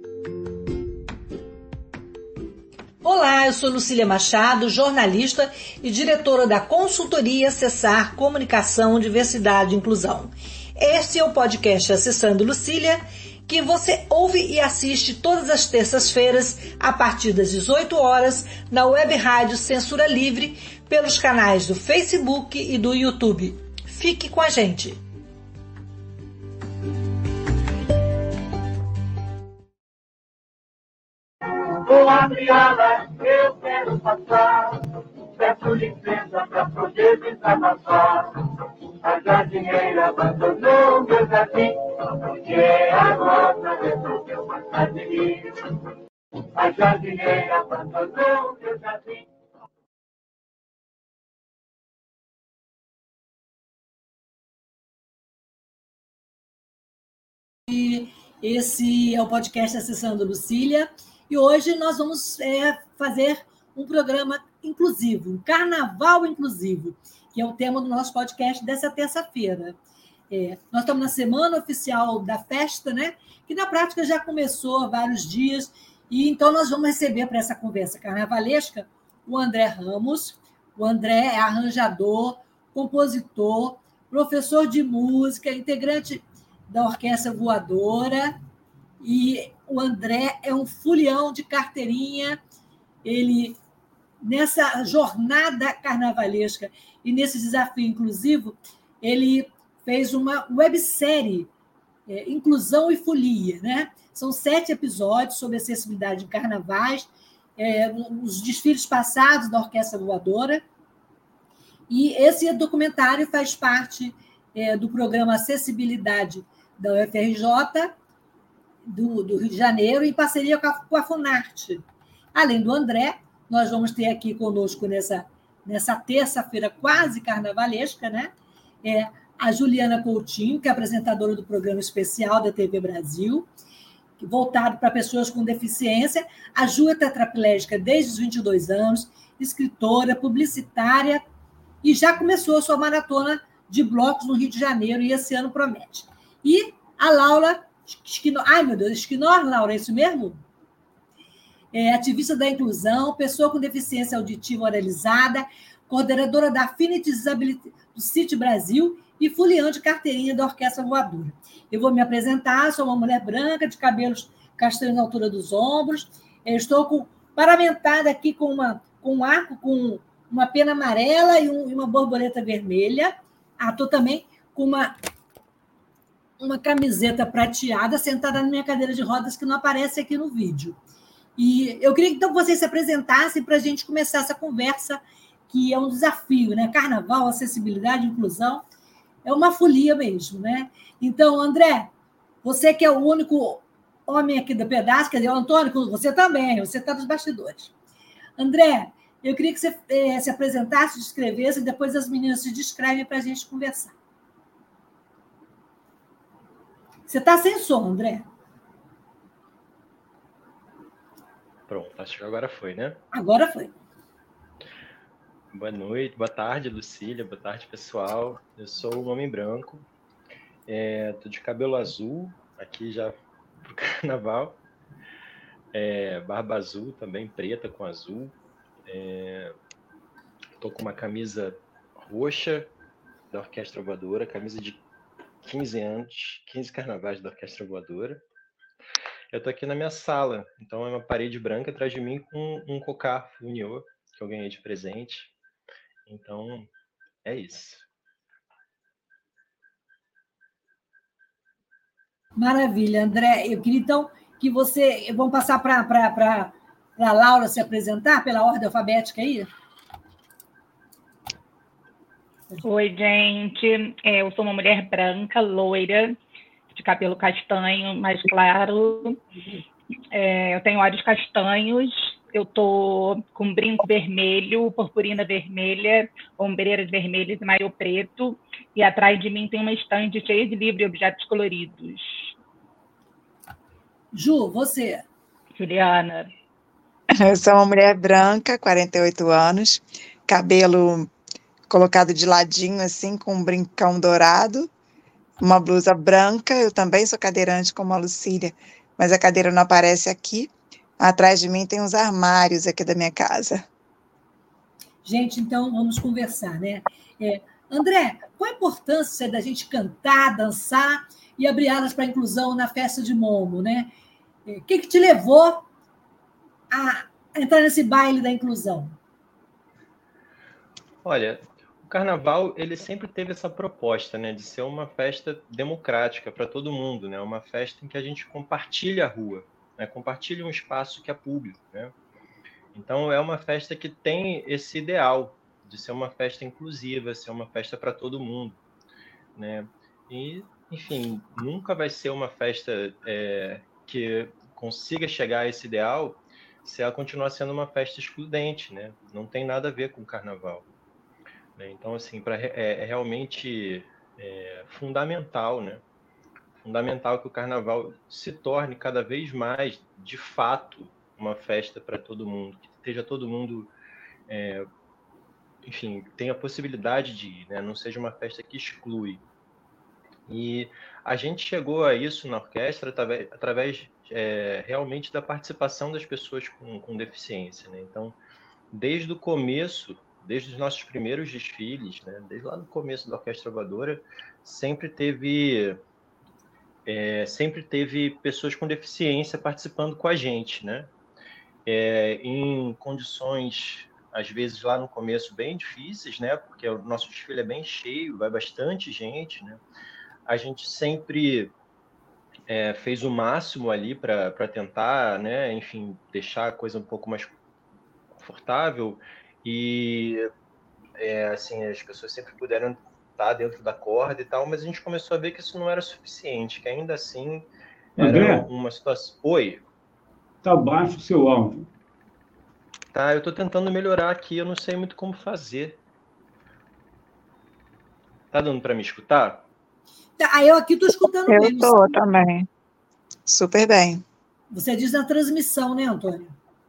Olá, eu sou Lucília Machado, jornalista e diretora da consultoria Acessar Comunicação, Diversidade e Inclusão. Este é o podcast Acessando Lucília, que você ouve e assiste todas as terças-feiras, a partir das 18 horas, na web rádio Censura Livre, pelos canais do Facebook e do YouTube. Fique com a gente! Vou abrir alas, eu quero passar. Peço licença pra poder desabafar. A jardineira abandonou meu jardim, porque a rosa resolveu passar de mim. A jardineira abandonou meu jardim. Esse é o podcast Acessando Lucília e hoje nós vamos fazer um programa inclusivo, um carnaval inclusivo, que é o tema do nosso podcast dessa terça-feira. Nós estamos na semana oficial da festa, né? Que na prática já começou há vários dias, e então nós vamos receber para essa conversa carnavalesca o André Ramos. O André é arranjador, compositor, professor de música, integrante da Orquestra Voadora, e o André é um fulião de carteirinha. Ele, nessa jornada carnavalesca e nesse desafio inclusivo, ele fez uma websérie, Inclusão e Folia, né? São 7 episódios sobre acessibilidade em carnavais, os desfiles passados da Orquestra Voadora, e esse documentário faz parte do programa Acessibilidade da UFRJ, do Rio de Janeiro, em parceria com a Funarte. Além do André, nós vamos ter aqui conosco nessa terça-feira quase carnavalesca, né? A Juliana Coutinho, que é apresentadora do programa especial da TV Brasil, voltado para pessoas com deficiência. A Ju é tetraplégica desde os 22 anos, escritora, publicitária, e já começou a sua maratona de blocos no Rio de Janeiro, e esse ano promete. E a Laura Esquinor, Esquinor, Laura, é isso mesmo? Ativista da inclusão, pessoa com deficiência auditiva oralizada, coordenadora da Affinity Disability do City Brasil e fulião de carteirinha da Orquestra Voadora. Eu vou me apresentar, sou uma mulher branca, de cabelos castanhos na altura dos ombros. Estou paramentada aqui com um arco, com uma pena amarela e uma borboleta vermelha. Estou também com uma camiseta prateada, sentada na minha cadeira de rodas, que não aparece aqui no vídeo. E eu queria, então, que vocês se apresentassem para a gente começar essa conversa, que é um desafio, né? Carnaval, acessibilidade, inclusão, é uma folia mesmo, né? Então, André, você que é o único homem aqui do pedaço, quer dizer, o Antônio, você também, você está nos bastidores. André, eu queria que você se apresentasse, descrevesse, e depois as meninas se descrevem para a gente conversar. Você está sem som, André? Pronto, acho que agora foi, né? Agora foi. Boa noite, boa tarde, Lucília, boa tarde, pessoal. Eu sou um homem branco, tô de cabelo azul, aqui já pro carnaval, barba azul também, preta com azul, tô com uma camisa roxa da Orquestra Voadora, camisa de 15 anos, 15 carnavais da Orquestra Voadora. Eu tô aqui na minha sala, então é uma parede branca atrás de mim com um cocar funiô que eu ganhei de presente. Então, é isso. Maravilha, André. Eu queria, então, que você... Vamos passar para a Laura se apresentar pela ordem alfabética aí? Oi, gente. Eu sou uma mulher branca, loira, de cabelo castanho, mais claro. Eu tenho olhos castanhos. Eu estou com brinco vermelho, purpurina vermelha, ombreiras vermelhas e maiô preto. E atrás de mim tem uma estande cheia de livros e objetos coloridos. Ju, você. Juliana. Eu sou uma mulher branca, 48 anos, cabelo colocado de ladinho, assim, com um brincão dourado, uma blusa branca. Eu também sou cadeirante, como a Lucília, mas a cadeira não aparece aqui. Atrás de mim tem uns armários aqui da minha casa. Gente, então vamos conversar, né? André, qual a importância da gente cantar, dançar e abrir alas para a inclusão na festa de Momo, né? O que te levou a entrar nesse baile da inclusão? Olha, o Carnaval ele sempre teve essa proposta, né, de ser uma festa democrática para todo mundo, né? Uma festa em que a gente compartilha a rua, né? Compartilha um espaço que é público, né? Então, é uma festa que tem esse ideal de ser uma festa inclusiva, ser uma festa para todo mundo, né? E, enfim, nunca vai ser uma festa que consiga chegar a esse ideal se ela continuar sendo uma festa excludente, né? Não tem nada a ver com o Carnaval, né? Então, assim, é realmente fundamental, né? Fundamental que o Carnaval se torne cada vez mais, de fato, uma festa para todo mundo, que esteja todo mundo, enfim, tenha a possibilidade de ir, né? Não seja uma festa que exclui. E a gente chegou a isso na orquestra através realmente da participação das pessoas com deficiência, né? Então, desde o começo, desde os nossos primeiros desfiles, né? Desde lá no começo da Orquestra Voadora, sempre teve pessoas com deficiência participando com a gente, né? Em condições, às vezes, lá no começo, bem difíceis, né? Porque o nosso desfile é bem cheio, vai bastante gente, né? A gente sempre fez o máximo ali para tentar, né? Enfim, deixar a coisa um pouco mais confortável e, assim, as pessoas sempre puderam estar dentro da corda e tal, mas a gente começou a ver que isso não era suficiente, que ainda assim era uma situação... Oi? Está baixo o seu áudio. Tá, eu estou tentando melhorar aqui, eu não sei muito como fazer. Tá dando para me escutar? Tá, eu aqui estou escutando bem. Eu estou também. Super bem. Você diz na transmissão, né, Antônio?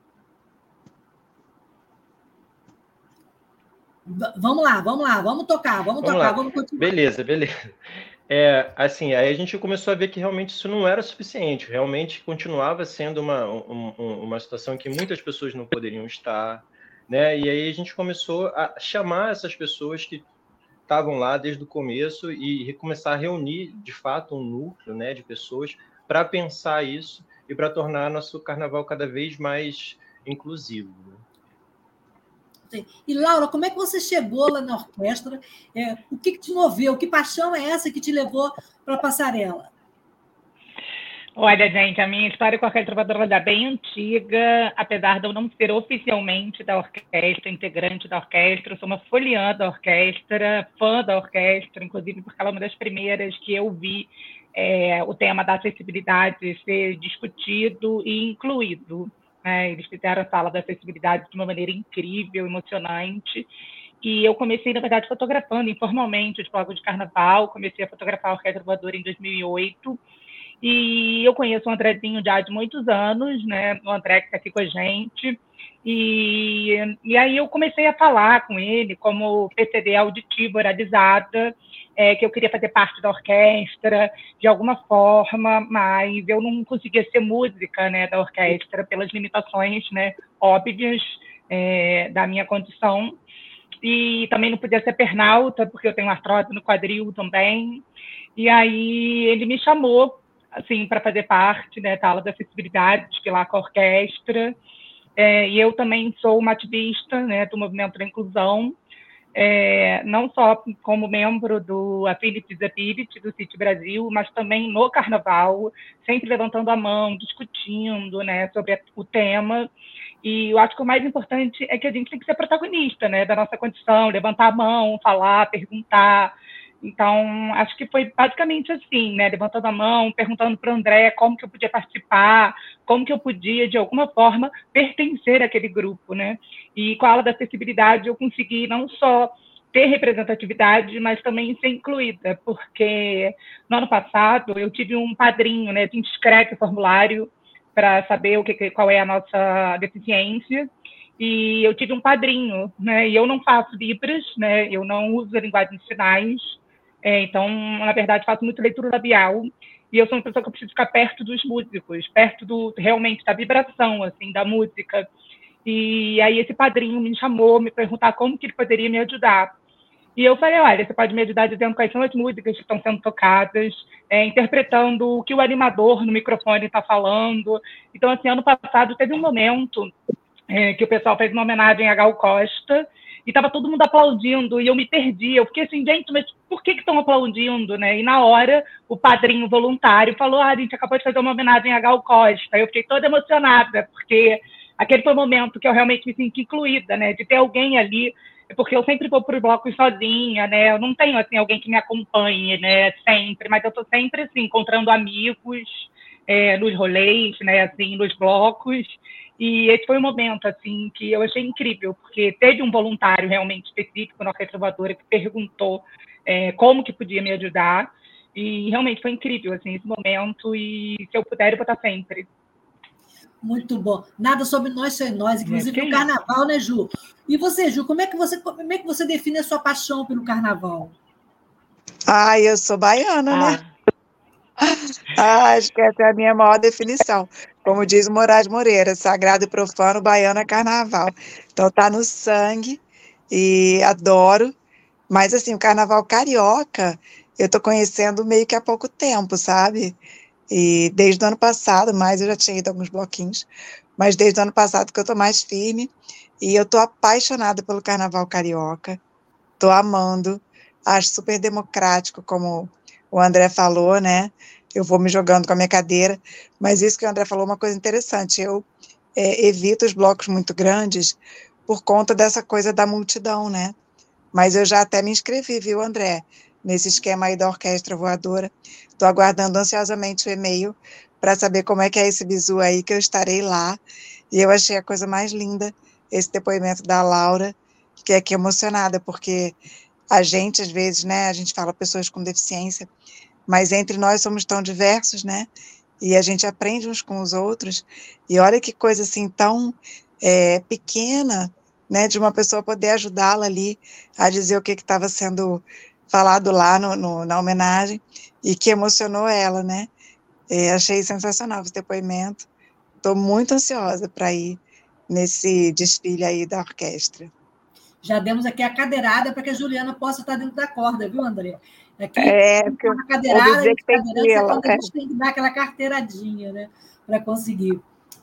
Vamos lá, vamos tocar, vamos continuar. Beleza. Assim, aí a gente começou a ver que realmente isso não era suficiente, realmente continuava sendo uma situação em que muitas pessoas não poderiam estar, né? E aí a gente começou a chamar essas pessoas que estavam lá desde o começo e começar a reunir, de fato, um núcleo, né, de pessoas para pensar isso e para tornar nosso carnaval cada vez mais inclusivo, né? E, Laura, como é que você chegou lá na orquestra? O que te moveu? Que paixão é essa que te levou para a passarela? Olha, gente, a minha história com a Orquestra Voadora é bem antiga, apesar de eu não ser oficialmente da orquestra, integrante da orquestra, eu sou uma foliã da orquestra, fã da orquestra, inclusive porque ela é uma das primeiras que eu vi o tema da acessibilidade ser discutido e incluído. Eles fizeram a sala da acessibilidade de uma maneira incrível, emocionante, e eu comecei, na verdade, fotografando informalmente os blocos de carnaval, comecei a fotografar a Orquestra Voadora em 2008, e eu conheço o Andrezinho já de muitos anos, né? O André que está aqui com a gente, e aí eu comecei a falar com ele como PCD auditiva oralizada, que eu queria fazer parte da orquestra de alguma forma, mas eu não conseguia ser música, né, da orquestra pelas limitações, né, óbvias da minha condição, e também não podia ser pernalta porque eu tenho artrose no quadril também. E aí ele me chamou assim para fazer parte, né, da aula da acessibilidade, desfilar com a orquestra, e eu também sou uma ativista, né, do movimento da inclusão, não só como membro do Affinity Disability do City Brasil, mas também no Carnaval, sempre levantando a mão, discutindo, né, sobre o tema. E eu acho que o mais importante é que a gente tem que ser protagonista, né, da nossa condição, levantar a mão, falar, perguntar. Então, acho que foi basicamente assim, né, levantando a mão, perguntando para o André como que eu podia participar, como que eu podia, de alguma forma, pertencer àquele grupo, né? E com a aula da acessibilidade eu consegui não só ter representatividade, mas também ser incluída, porque no ano passado eu tive um padrinho, né, a gente escreve o formulário para saber qual é a nossa deficiência, e eu tive um padrinho, né, e eu não faço Libras, né, eu não uso a linguagem de sinais, então, na verdade, faço muito leitura labial, e eu sou uma pessoa que eu preciso ficar perto dos músicos, perto realmente da vibração, assim, da música. E aí esse padrinho me chamou, me perguntar como que ele poderia me ajudar. E eu falei, olha, você pode me ajudar dizendo quais são as músicas que estão sendo tocadas, interpretando o que o animador no microfone está falando. Então, assim, ano passado teve um momento que o pessoal fez uma homenagem a Gal Costa, e estava todo mundo aplaudindo, e eu me perdi. Eu fiquei assim, gente, mas por que estão aplaudindo, né? E na hora, o padrinho voluntário falou, a gente acabou de fazer uma homenagem a Gal Costa. Eu fiquei toda emocionada, porque aquele foi o momento que eu realmente me senti incluída, né? De ter alguém ali, porque eu sempre vou para os blocos sozinha, né? Eu não tenho, assim, alguém que me acompanhe, né? Sempre, mas eu estou sempre, assim, encontrando amigos nos rolês, né? Assim, nos blocos. E esse foi um momento, assim, que eu achei incrível, porque teve um voluntário realmente específico na Orquestra Voadora que perguntou como que podia me ajudar, e realmente foi incrível, assim, esse momento, e se eu puder, eu vou estar sempre. Muito bom. Nada sobre nós sem nós, inclusive no carnaval, né, Ju? E você, Ju, como é que você define a sua paixão pelo carnaval? Eu sou baiana, né? Acho que essa é a minha maior definição. Como diz o Moraes Moreira, sagrado e profano, baiano é carnaval. Então tá no sangue e adoro. Mas assim, o carnaval carioca eu tô conhecendo meio que há pouco tempo, sabe? E desde o ano passado, mas eu já tinha ido a alguns bloquinhos, mas desde o ano passado que eu tô mais firme e eu tô apaixonada pelo carnaval carioca. Tô amando. Acho super democrático, como o André falou, né? Eu vou me jogando com a minha cadeira, mas isso que o André falou é uma coisa interessante. Eu evito os blocos muito grandes por conta dessa coisa da multidão, né? Mas eu já até me inscrevi, viu, André? Nesse esquema aí da Orquestra Voadora. Estou aguardando ansiosamente o e-mail para saber como é que é esse bizu aí, que eu estarei lá. E eu achei a coisa mais linda, esse depoimento da Laura, que aqui emocionada, porque a gente, às vezes, né, a gente fala pessoas com deficiência, mas entre nós somos tão diversos, né? E a gente aprende uns com os outros. E olha que coisa assim tão pequena, né, de uma pessoa poder ajudá-la ali a dizer o que estava sendo falado lá na homenagem e que emocionou ela, né? Achei sensacional esse depoimento. Estou muito ansiosa para ir nesse desfile aí da orquestra. Já demos aqui a cadeirada para que a Juliana possa estar dentro da corda, viu, André? Aqui, a cadeirada, a gente tem que dar aquela carteiradinha, né, para conseguir.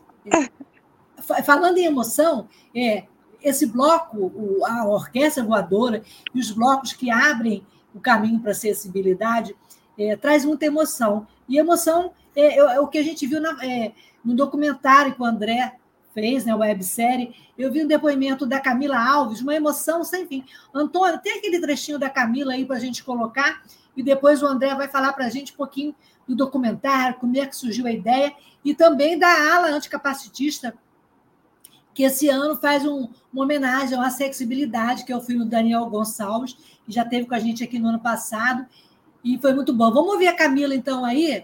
Falando em emoção, esse bloco, a Orquestra Voadora e os blocos que abrem o caminho para a acessibilidade, traz muita emoção. E emoção é o que a gente viu no documentário que o André fez, né, a websérie. Eu vi um depoimento da Camila Alves, uma emoção sem fim. Antônio, tem aquele trechinho da Camila aí para a gente colocar, e depois o André vai falar para a gente um pouquinho do documentário, como é que surgiu a ideia, e também da ala anticapacitista, que esse ano faz uma homenagem à acessibilidade, que é o filho do Daniel Gonçalves, que já esteve com a gente aqui no ano passado, e foi muito bom. Vamos ouvir a Camila, então, aí,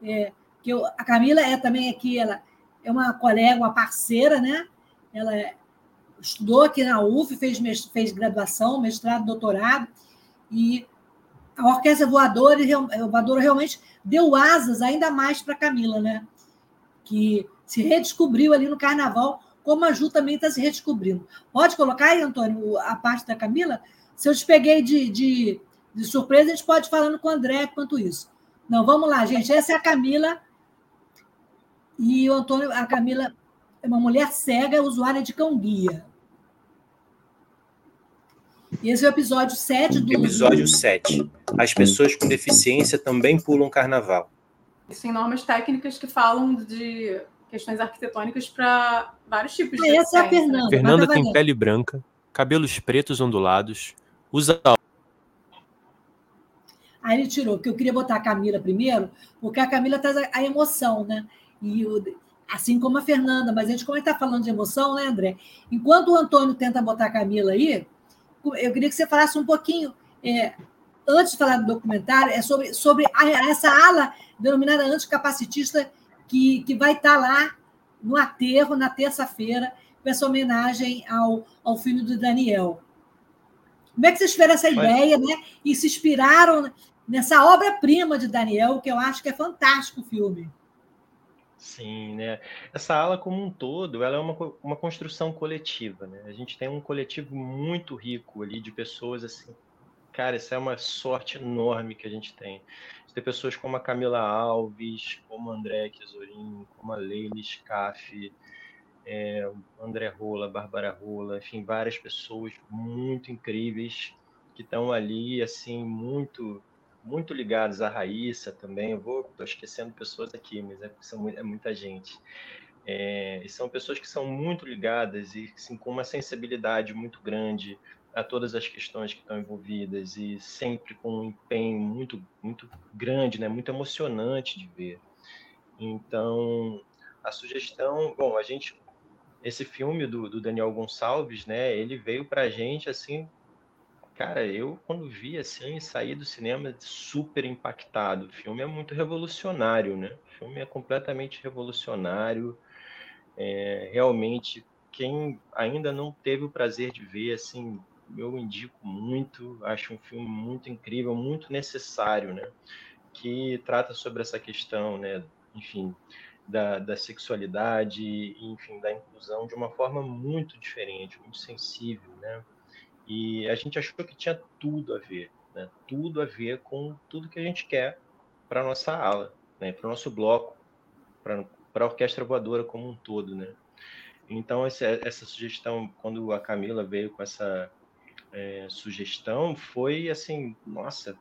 a Camila também aqui, ela é uma colega, uma parceira, né? Ela estudou aqui na UF, fez graduação, mestrado, doutorado, e a Orquestra Voadora realmente deu asas ainda mais para a Camila, né? Que se redescobriu ali no Carnaval, como a Ju também está se redescobrindo. Pode colocar aí, Antônio, a parte da Camila? Se eu te peguei de surpresa, a gente pode ir falando com o André enquanto isso. Não, vamos lá, gente. Essa é a Camila. E o Antônio, a Camila é uma mulher cega, usuária de cão-guia. Esse é o episódio 7 do... Episódio 7. As pessoas com deficiência também pulam carnaval. Existem normas técnicas que falam de questões arquitetônicas para vários tipos de Essa é a Fernanda. Fernanda tem pele branca, cabelos pretos ondulados, usa... Aí ele tirou, porque eu queria botar a Camila primeiro, porque a Camila traz a emoção, né? Assim como a Fernanda, mas a gente, como a gente está falando de emoção, né, André? Enquanto o Antônio tenta botar a Camila aí, eu queria que você falasse um pouquinho, antes de falar do documentário, sobre essa ala denominada anticapacitista que vai estar lá no aterro, na terça-feira, com essa homenagem ao filho do Daniel. Como é que vocês tiveram essa ideia, né? E se inspiraram nessa obra-prima de Daniel, que eu acho que é fantástico o filme. Sim, né? Essa ala como um todo, ela é uma construção coletiva, né? A gente tem um coletivo muito rico ali de pessoas assim. Cara, isso é uma sorte enorme que a gente tem. De ter pessoas como a Camila Alves, como a André Chiasorin, como a Leila Scaff, André Rola, Bárbara Rola, enfim, várias pessoas muito incríveis que estão ali, assim, muito ligadas à Raíssa também. Estou esquecendo pessoas aqui, mas é muita gente. E são pessoas que são muito ligadas e assim, com uma sensibilidade muito grande a todas as questões que estão envolvidas e sempre com um empenho muito grande, né? Muito emocionante de ver. Então, a sugestão, bom, esse filme do Daniel Gonçalves, né? Ele veio para a gente assim, cara, eu quando vi assim, saí do cinema super impactado. O filme é muito revolucionário, né? O filme é completamente revolucionário. Realmente, quem ainda não teve o prazer de ver, assim, eu indico muito. Acho um filme muito incrível, muito necessário, né? Que trata sobre essa questão, né? Enfim, da sexualidade, enfim, da inclusão de uma forma muito diferente, muito sensível, né? E a gente achou que tinha tudo a ver, né? Tudo a ver com tudo que a gente quer para nossa ala, né? Para o nosso bloco, para a orquestra voadora como um todo, né? Então, essa sugestão, quando a Camila veio com essa sugestão, foi assim, nossa,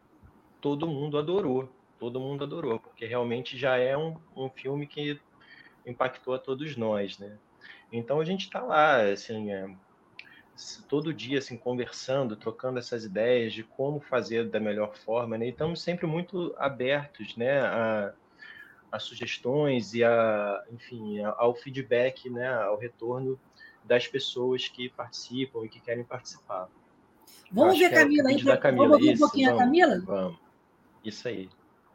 todo mundo adorou, porque realmente já é um filme que impactou a todos nós, né? Então a gente está lá, assim, todo dia, assim, conversando, trocando essas ideias de como fazer da melhor forma, né? E estamos sempre muito abertos, né, a sugestões e enfim, ao feedback, né, ao retorno das pessoas que participam e que querem participar. Eu Vamos acho ver que a é o Camila aí, vídeo da vamos Camila, ouvir um isso? pouquinho a Camila? Vamos. Isso aí.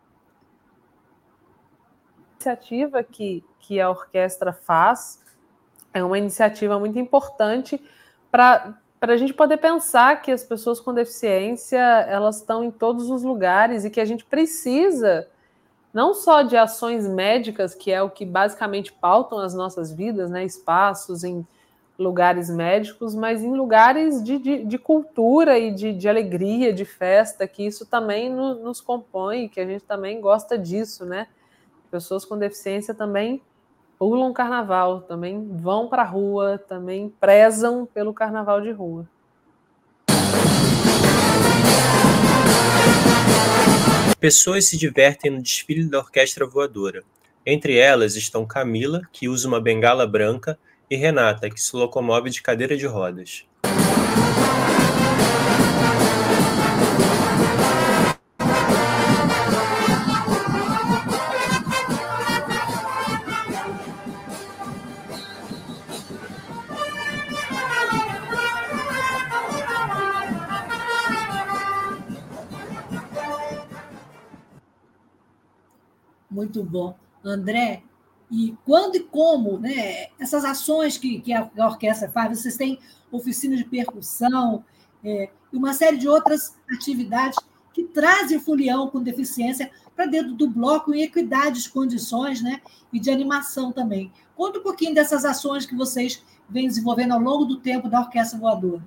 A iniciativa que a orquestra faz é uma iniciativa muito importante para a gente poder pensar que as pessoas com deficiência elas estão em todos os lugares e que a gente precisa não só de ações médicas, que é o que basicamente pautam as nossas vidas, né? Espaços em lugares médicos, mas em lugares de cultura e de alegria, de festa, que isso também nos compõe, que a gente também gosta disso, né? Pessoas com deficiência também pulam carnaval, também vão para a rua, também prezam pelo carnaval de rua. Pessoas se divertem no desfile da Orquestra Voadora. Entre elas estão Camila, que usa uma bengala branca, e Renata, que se locomove de cadeira de rodas. Muito bom. André, e quando e como, né, essas ações que a orquestra faz, vocês têm oficina de percussão e uma série de outras atividades que trazem folião com deficiência para dentro do bloco em equidade de condições, né, e de animação também. Conta um pouquinho dessas ações que vocês vêm desenvolvendo ao longo do tempo da Orquestra Voadora.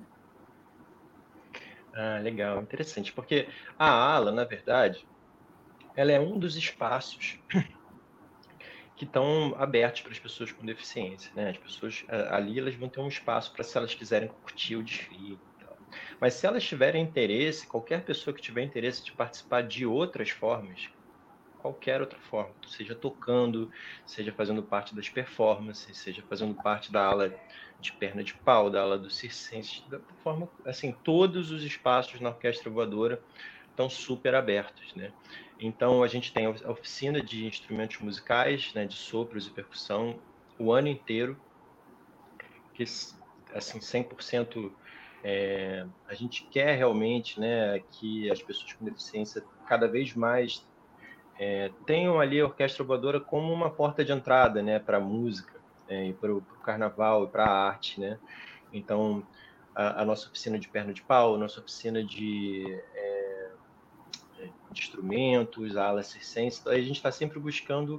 Ah, legal, interessante, porque a ala, na verdade, ela é um dos espaços que estão abertos para as pessoas com deficiência, né? As pessoas ali elas vão ter um espaço para se elas quiserem curtir o desfile e tal. Mas se elas tiverem interesse, qualquer pessoa que tiver interesse de participar de outras formas, qualquer outra forma, seja tocando, seja fazendo parte das performances, seja fazendo parte da ala de perna de pau, da ala do circense, da forma, assim, todos os espaços na Orquestra Voadora estão super abertos, né? Então a gente tem a oficina de instrumentos musicais, né, de sopros e percussão, o ano inteiro, que assim 100% a gente quer realmente, né, que as pessoas com deficiência cada vez mais tenham ali a Orquestra Voadora como uma porta de entrada, né, para a música, e para o carnaval e para a arte, né? Então a nossa oficina de perna de pau, a nossa oficina de de instrumentos, a ala circense. Então, a gente está sempre buscando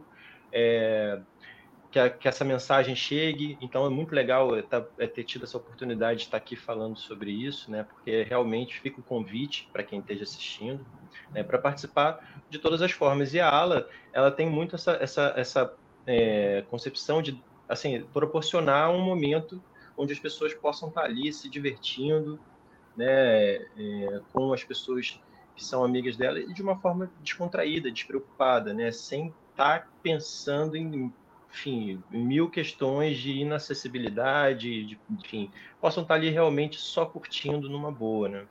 que essa mensagem chegue. Então é muito legal ter tido essa oportunidade de estar aqui falando sobre isso, né? Porque realmente fica o convite para quem esteja assistindo, né? Para participar de todas as formas. E a ala, ela tem muito essa concepção de assim, proporcionar um momento onde as pessoas possam estar ali se divertindo, né? Com as pessoas que são amigas dela, e de uma forma descontraída, despreocupada, né? Sem estar pensando em, enfim, mil questões de inacessibilidade, enfim, possam estar ali realmente só curtindo numa boa, né?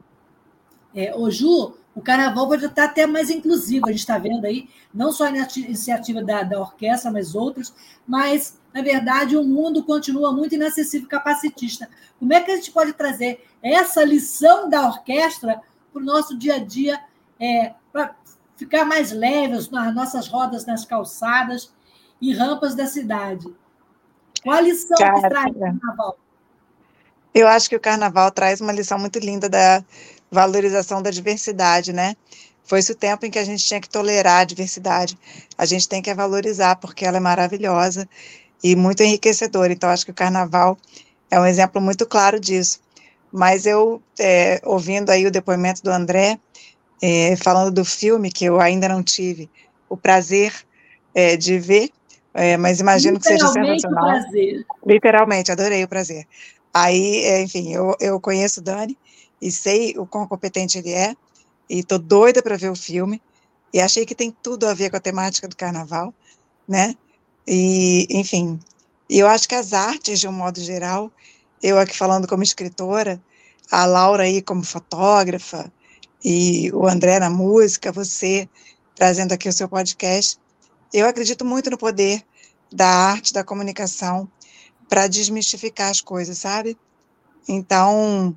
Ô Ju, o carnaval pode estar até mais inclusivo, a gente está vendo aí, não só a iniciativa da orquestra, mas outros, mas, na verdade, o mundo continua muito inacessível e capacitista. Como é que a gente pode trazer essa lição da orquestra para o nosso dia a dia, para ficar mais leves nas nossas rodas nas calçadas e rampas da cidade? Qual a lição que traz o carnaval? Eu acho que o carnaval traz uma lição muito linda da valorização da diversidade, né? Foi esse o tempo em que a gente tinha que tolerar a diversidade. A gente tem que valorizar, porque ela é maravilhosa e muito enriquecedora. Então, acho que o carnaval é um exemplo muito claro disso. Mas eu, ouvindo aí o depoimento do André, falando do filme, que eu ainda não tive o prazer de ver, mas imagino que seja sensacional. Literalmente o prazer. Literalmente, adorei o prazer. Aí, enfim, eu conheço o Dani e sei o quão competente ele é, e estou doida para ver o filme, e achei que tem tudo a ver com a temática do carnaval, né? E, enfim, eu acho que as artes, de um modo geral, eu aqui falando como escritora, a Laura aí como fotógrafa, e o André na música, você trazendo aqui o seu podcast, eu acredito muito no poder da arte, da comunicação, para desmistificar as coisas, sabe? Então,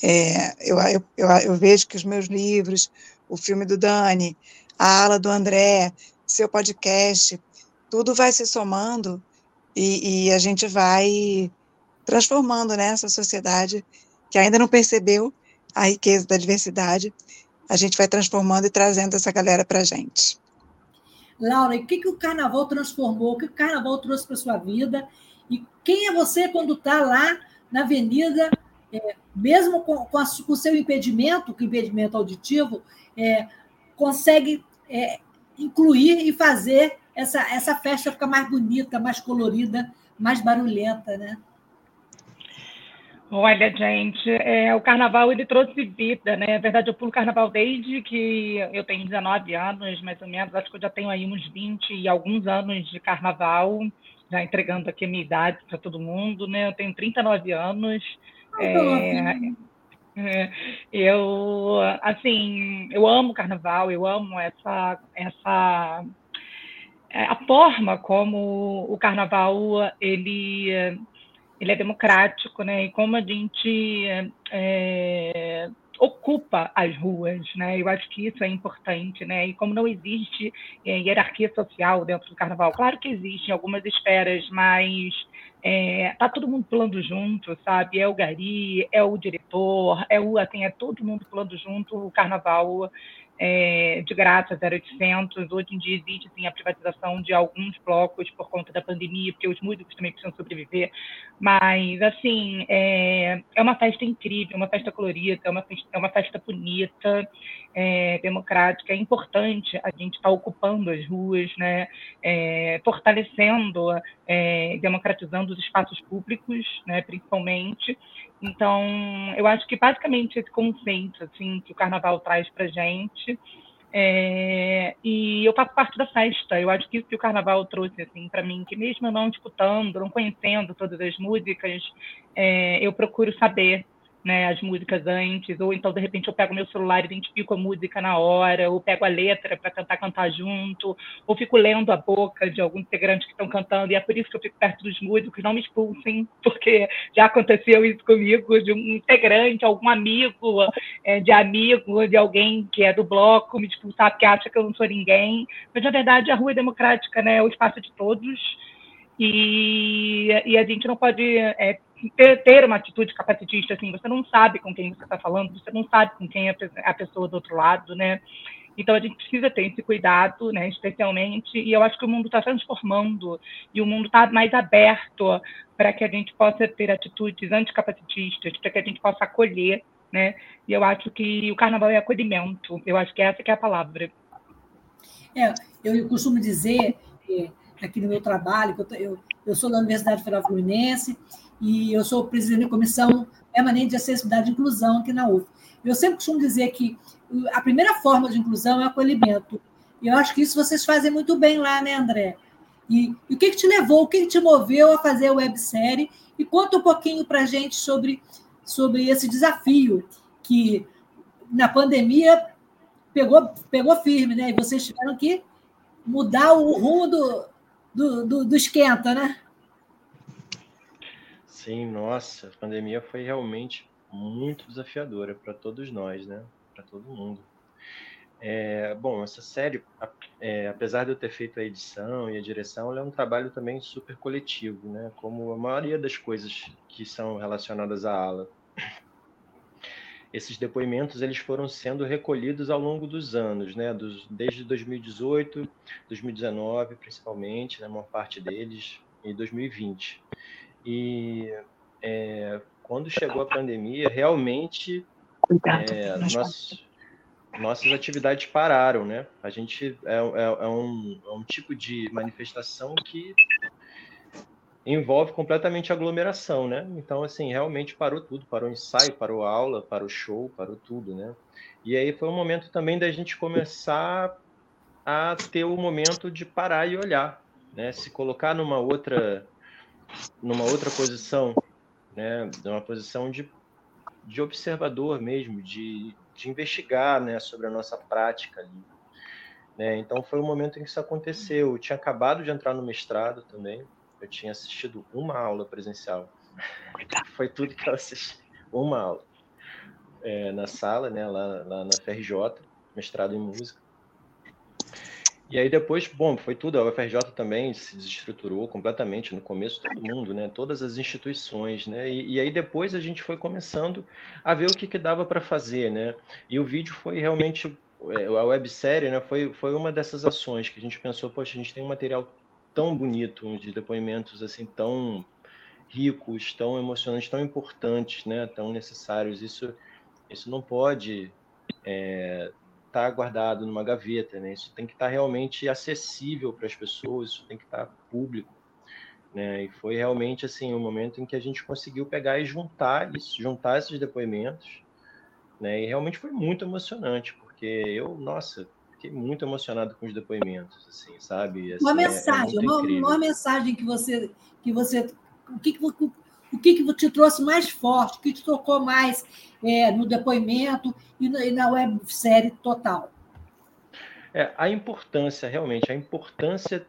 eu vejo que os meus livros, o filme do Dani, a ala do André, seu podcast, tudo vai se somando e a gente vai transformando, né, essa sociedade que ainda não percebeu a riqueza da diversidade, a gente vai transformando e trazendo essa galera para a gente. Laura, e o que o carnaval transformou? O que o carnaval trouxe para a sua vida? E quem é você quando está lá na avenida, mesmo com o seu impedimento, que o impedimento auditivo, consegue incluir e fazer essa festa ficar mais bonita, mais colorida, mais barulhenta, né? Olha, gente, o carnaval, ele trouxe vida, né? Na verdade, eu pulo carnaval desde que eu tenho 19 anos, mais ou menos. Acho que eu já tenho aí uns 20 e alguns anos de carnaval, já entregando aqui a minha idade para todo mundo, né? Eu tenho 39 anos. Eu amo carnaval, eu amo a forma como o carnaval, ele é democrático, né? E como a gente ocupa as ruas, né? Eu acho que isso é importante, né? E como não existe hierarquia social dentro do carnaval, claro que existem algumas esferas, mas tá todo mundo pulando junto, sabe? É o gari, é o diretor, é todo mundo pulando junto. O carnaval de graça, 0800. Hoje em dia existe assim, a privatização de alguns blocos por conta da pandemia, porque os músicos também precisam sobreviver. Mas, assim, é uma festa incrível, uma festa colorida, é uma festa bonita, democrática. É importante a gente estar ocupando as ruas, né? Fortalecendo, democratizando os espaços públicos, né? Principalmente. Então, eu acho que basicamente esse conceito assim, que o carnaval traz para a gente, e eu faço parte da festa. Eu acho que isso que o carnaval trouxe assim, para mim, que mesmo eu não disputando, não conhecendo todas as músicas, eu procuro saber, né, as músicas antes, ou então, de repente, eu pego meu celular e identifico a música na hora, ou pego a letra para tentar cantar junto, ou fico lendo a boca de alguns integrantes que estão cantando, e é por isso que eu fico perto dos músicos, não me expulsem, porque já aconteceu isso comigo, de um integrante, algum amigo, de alguém que é do bloco, me expulsar porque acha que eu não sou ninguém, mas, na verdade, a rua é democrática, né, é o espaço de todos, e a gente não pode ter uma atitude capacitista, assim, você não sabe com quem você está falando, você não sabe com quem é a pessoa do outro lado, né? Então, a gente precisa ter esse cuidado, né, especialmente, e eu acho que o mundo está transformando, e o mundo está mais aberto para que a gente possa ter atitudes anticapacitistas, para que a gente possa acolher, né? E eu acho que o carnaval é acolhimento, eu acho que essa que é a palavra. Eu costumo dizer, aqui no meu trabalho, que eu sou da Universidade Federal Fluminense e eu sou presidente da Comissão Permanente de Acessibilidade e Inclusão aqui na UF. Eu sempre costumo dizer que a primeira forma de inclusão é o acolhimento. E eu acho que isso vocês fazem muito bem lá, né, André? E o que te levou, o que te moveu a fazer a websérie? E conta um pouquinho para a gente sobre esse desafio que, na pandemia, pegou firme, né? E vocês tiveram que mudar o rumo do esquenta, né? Sim, nossa, a pandemia foi realmente muito desafiadora para todos nós, né? Para todo mundo. Bom, essa série, apesar de eu ter feito a edição e a direção, ela é um trabalho também super coletivo, né? Como a maioria das coisas que são relacionadas à ala. Esses depoimentos eles foram sendo recolhidos ao longo dos anos, né? Desde 2018, 2019, principalmente, né? A maior parte deles, e 2020. E quando chegou a pandemia, realmente nossas atividades pararam, né? A gente é um tipo de manifestação que envolve completamente aglomeração, né? Então, assim, realmente parou tudo, parou o ensaio, parou a aula, parou o show, parou tudo, né? E aí foi um momento também da gente começar a ter o momento de parar e olhar, né? Se colocar numa outra posição, né? Uma posição de observador mesmo, de investigar, né? Sobre a nossa prática ali. Né? Então foi o momento em que isso aconteceu. Eu tinha acabado de entrar no mestrado também. Eu tinha assistido uma aula presencial. Foi tudo que eu assisti. Uma aula. Na sala, né? Lá na FRJ, mestrado em música. E aí depois, bom, foi tudo. A UFRJ também se desestruturou completamente no começo, todo mundo, né? Todas as instituições, né? E aí depois a gente foi começando a ver o que dava para fazer, né? E o vídeo foi realmente... A websérie, né? Foi uma dessas ações que a gente pensou, poxa, a gente tem um material tão bonito, de depoimentos assim tão ricos, tão emocionantes, tão importantes, né? Tão necessários. Isso não pode estar guardado numa gaveta, né? Isso tem que estar realmente acessível para as pessoas, isso tem que estar público, né? E foi realmente assim um momento em que a gente conseguiu pegar e juntar esses depoimentos, né? E realmente foi muito emocionante, porque eu, nossa, fiquei muito emocionado com os depoimentos, assim, sabe? Assim, Uma mensagem, uma mensagem que você o que te trouxe mais forte, o que te tocou mais no depoimento e na websérie total? A importância, realmente, a importância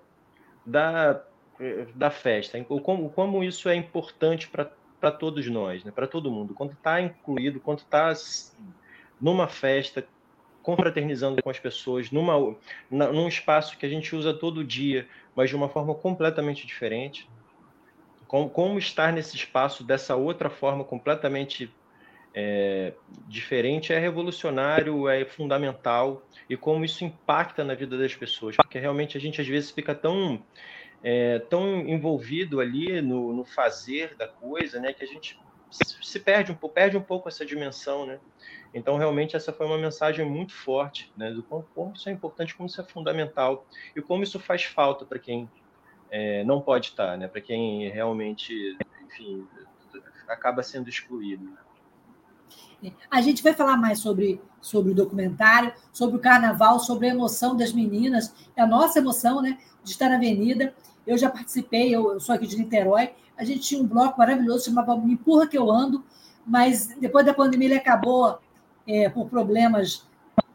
da festa, como isso é importante para todos nós, né? Para todo mundo. Quando está incluído, quando está numa festa, confraternizando com as pessoas, num espaço que a gente usa todo dia, mas de uma forma completamente diferente. Como estar nesse espaço dessa outra forma completamente diferente é revolucionário, é fundamental, e como isso impacta na vida das pessoas, porque realmente a gente às vezes fica tão envolvido ali no fazer da coisa, né, que a gente se perde um pouco essa dimensão, né? Então realmente essa foi uma mensagem muito forte, né, do como isso é importante, como isso é fundamental e como isso faz falta para quem não pode estar, né? Para quem realmente, enfim, acaba sendo excluído. A gente vai falar mais sobre o documentário, sobre o carnaval, sobre a emoção das meninas, a nossa emoção, né, de estar na avenida. Eu já participei, eu sou aqui de Niterói, a gente tinha um bloco maravilhoso, chamava Me Empurra Que Eu Ando, mas depois da pandemia ele acabou por problemas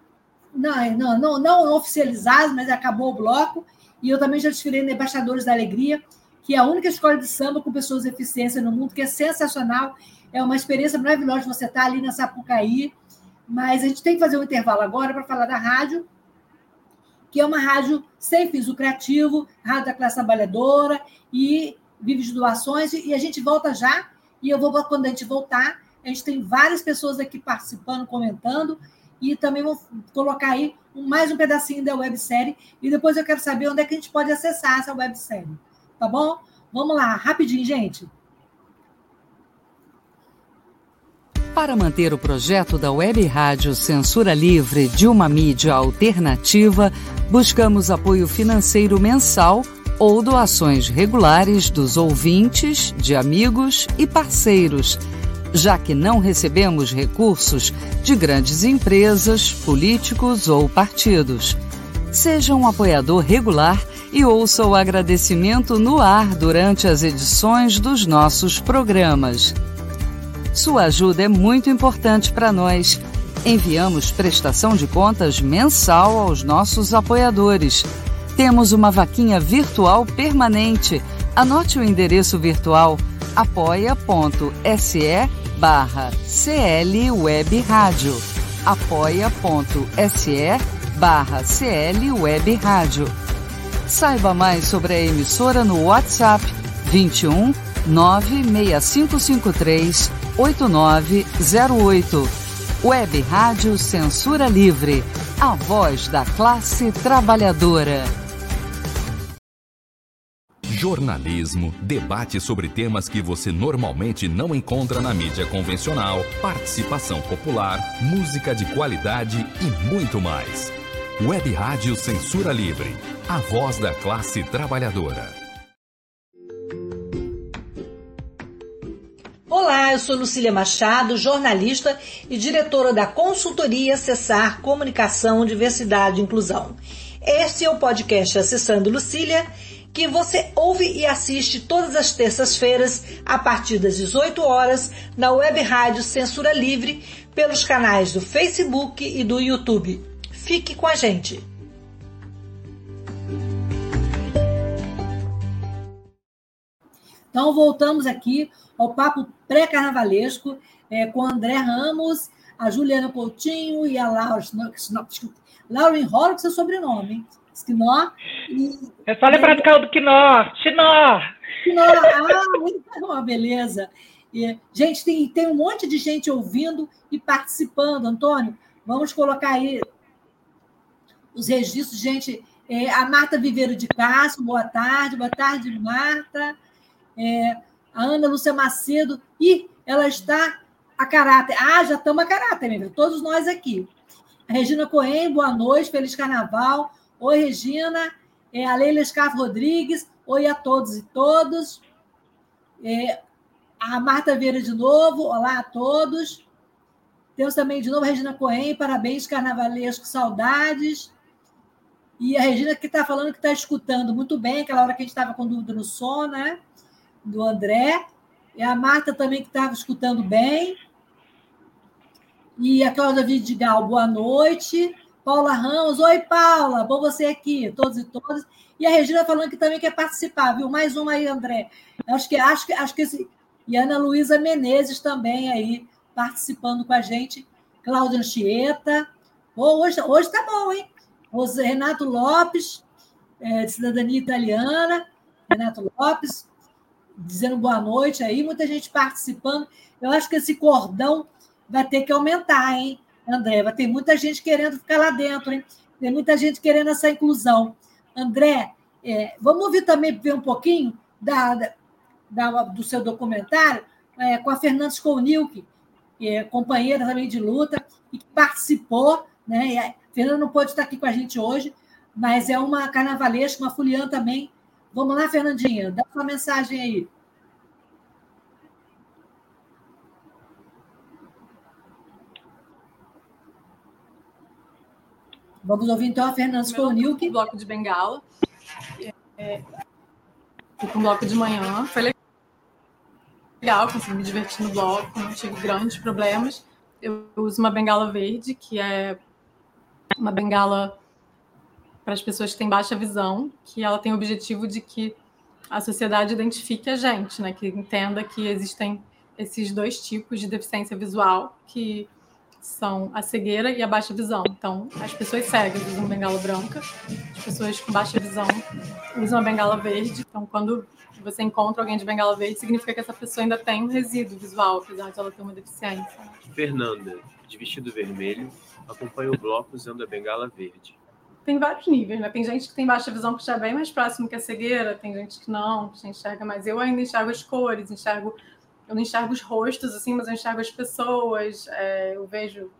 não oficializados, mas acabou o bloco. E eu também já desfilei na Embaixadores da Alegria, que é a única escola de samba com pessoas de deficiência no mundo, que é sensacional. É uma experiência maravilhosa você estar ali na Sapucaí. Mas a gente tem que fazer um intervalo agora para falar da rádio, que é uma rádio sem fins lucrativos, rádio da classe trabalhadora, e vive de doações. E a gente volta já, e quando a gente voltar, a gente tem várias pessoas aqui participando, comentando, e também vou colocar aí mais um pedacinho da websérie, e depois eu quero saber onde é que a gente pode acessar essa websérie. Tá bom? Vamos lá, rapidinho, gente. Para manter o projeto da Web Rádio Censura Livre de uma mídia alternativa, buscamos apoio financeiro mensal ou doações regulares dos ouvintes, de amigos e parceiros, já que não recebemos recursos de grandes empresas, políticos ou partidos. Seja um apoiador regular e ouça o agradecimento no ar durante as edições dos nossos programas. Sua ajuda é muito importante para nós. Enviamos prestação de contas mensal aos nossos apoiadores. Temos uma vaquinha virtual permanente. Anote o endereço virtual apoia.se/CLWebRádio. apoia.se/CLWebRádio. Saiba mais sobre a emissora no WhatsApp 21 96553 8908. Web Rádio Censura Livre, a voz da classe trabalhadora. Jornalismo, debate sobre temas que você normalmente não encontra na mídia convencional, participação popular, música de qualidade e muito mais. Web Rádio Censura Livre, a voz da classe trabalhadora. Olá, eu sou Lucília Machado, jornalista e diretora da consultoria Acessar Comunicação, Diversidade e Inclusão. Este é o podcast Acessando Lucília, que você ouve e assiste todas as terças-feiras, a partir das 18 horas, na Web Rádio Censura Livre, pelos canais do Facebook e do YouTube. Fique com a gente! Então, voltamos aqui ao papo pré-carnavalesco com a André Ramos, a Juliana Coutinho e a Lauren Horrocks, que é o sobrenome, hein? Quinó. É só lembrar do caldo quinó. Quinó. Beleza. Gente, tem um monte de gente ouvindo e participando. Antônio, vamos colocar aí os registros. Gente, a Marta Viveiro de Castro, boa tarde, Marta. A Ana Lúcia Macedo, ela está a caráter. Já estamos a caráter, minha filha, todos nós aqui. A Regina Cohen, boa noite, feliz carnaval. Oi, Regina. A Leila Scarf Rodrigues, oi a todos e todas. A Marta Vieira de novo, olá a todos. Temos também de novo a Regina Cohen, parabéns, carnavalesco, saudades. E a Regina que está falando que está escutando muito bem, aquela hora que a gente estava com dúvida no som, né? Do André. E a Marta também que estava escutando bem. E a Cláudia Vidigal, boa noite. Paula Ramos, oi Paula, bom você aqui, todos e todas. E a Regina falando que também quer participar, viu? Mais uma aí, André. Acho que esse... E a Ana Luísa Menezes também aí participando com a gente. Cláudia Anchieta. Hoje tá bom, hein? Renato Lopes, de Cidadania Italiana. Renato Lopes, dizendo boa noite aí. Muita gente participando. Eu acho que esse cordão vai ter que aumentar, hein, André? Vai ter muita gente querendo ficar lá dentro, hein? Tem muita gente querendo essa inclusão. André, vamos ouvir também ver um pouquinho do seu documentário com a Fernandes Kounilk, companheira também de luta, e que participou, né? A Fernanda não pôde estar aqui com a gente hoje, mas é uma carnavalesca, uma fuliã também. Vamos lá, Fernandinha, dá sua mensagem aí. Vamos ouvir, então, a Fernandes Kounilk. Bloco de Bengala. Fui com o bloco de manhã. Foi legal, consegui me divertir no bloco, não tive grandes problemas. Eu uso uma bengala verde, que é uma bengala para as pessoas que têm baixa visão, que ela tem o objetivo de que a sociedade identifique a gente, né? Que entenda que existem esses dois tipos de deficiência visual, que são a cegueira e a baixa visão. Então, as pessoas cegas usam bengala branca, as pessoas com baixa visão usam a bengala verde. Então, quando você encontra alguém de bengala verde, significa que essa pessoa ainda tem um resíduo visual, apesar de ela ter uma deficiência. Fernanda, de vestido vermelho, acompanha o bloco usando a bengala verde. Tem vários níveis, né? Tem gente que tem baixa visão que já é bem mais próximo que a cegueira, tem gente que não, que já enxerga mais. Eu ainda enxergo as cores, eu não enxergo os rostos, assim, mas eu enxergo as pessoas, eu vejo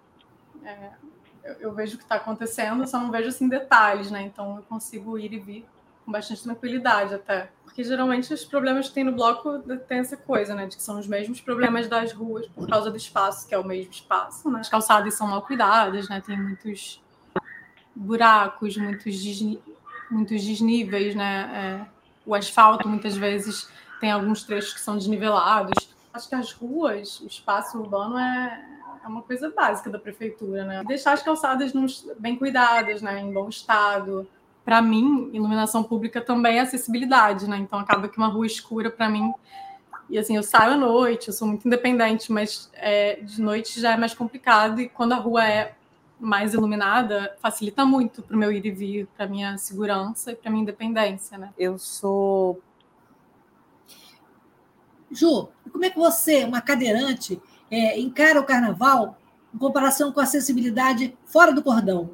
o que está acontecendo, eu só não vejo, assim, detalhes, né? Então eu consigo ir e vir com bastante tranquilidade até. Porque geralmente os problemas que tem no bloco tem essa coisa, né? De que são os mesmos problemas das ruas por causa do espaço, que é o mesmo espaço, né? As calçadas são mal cuidadas, né? Tem muitos buracos, muitos desníveis, né? O asfalto, muitas vezes, tem alguns trechos que são desnivelados. Acho que as ruas, o espaço urbano é uma coisa básica da prefeitura, né? Deixar as calçadas bem cuidadas, né? Em bom estado. Para mim, iluminação pública também é acessibilidade, né? Então, acaba que uma rua escura, para mim... E, assim, eu saio à noite, eu sou muito independente, mas de noite já é mais complicado. E quando a rua é mais iluminada, facilita muito para o meu ir e vir, para a minha segurança e para a minha independência, né? Eu sou... Ju, como é que você, uma cadeirante, encara o carnaval em comparação com a acessibilidade fora do cordão?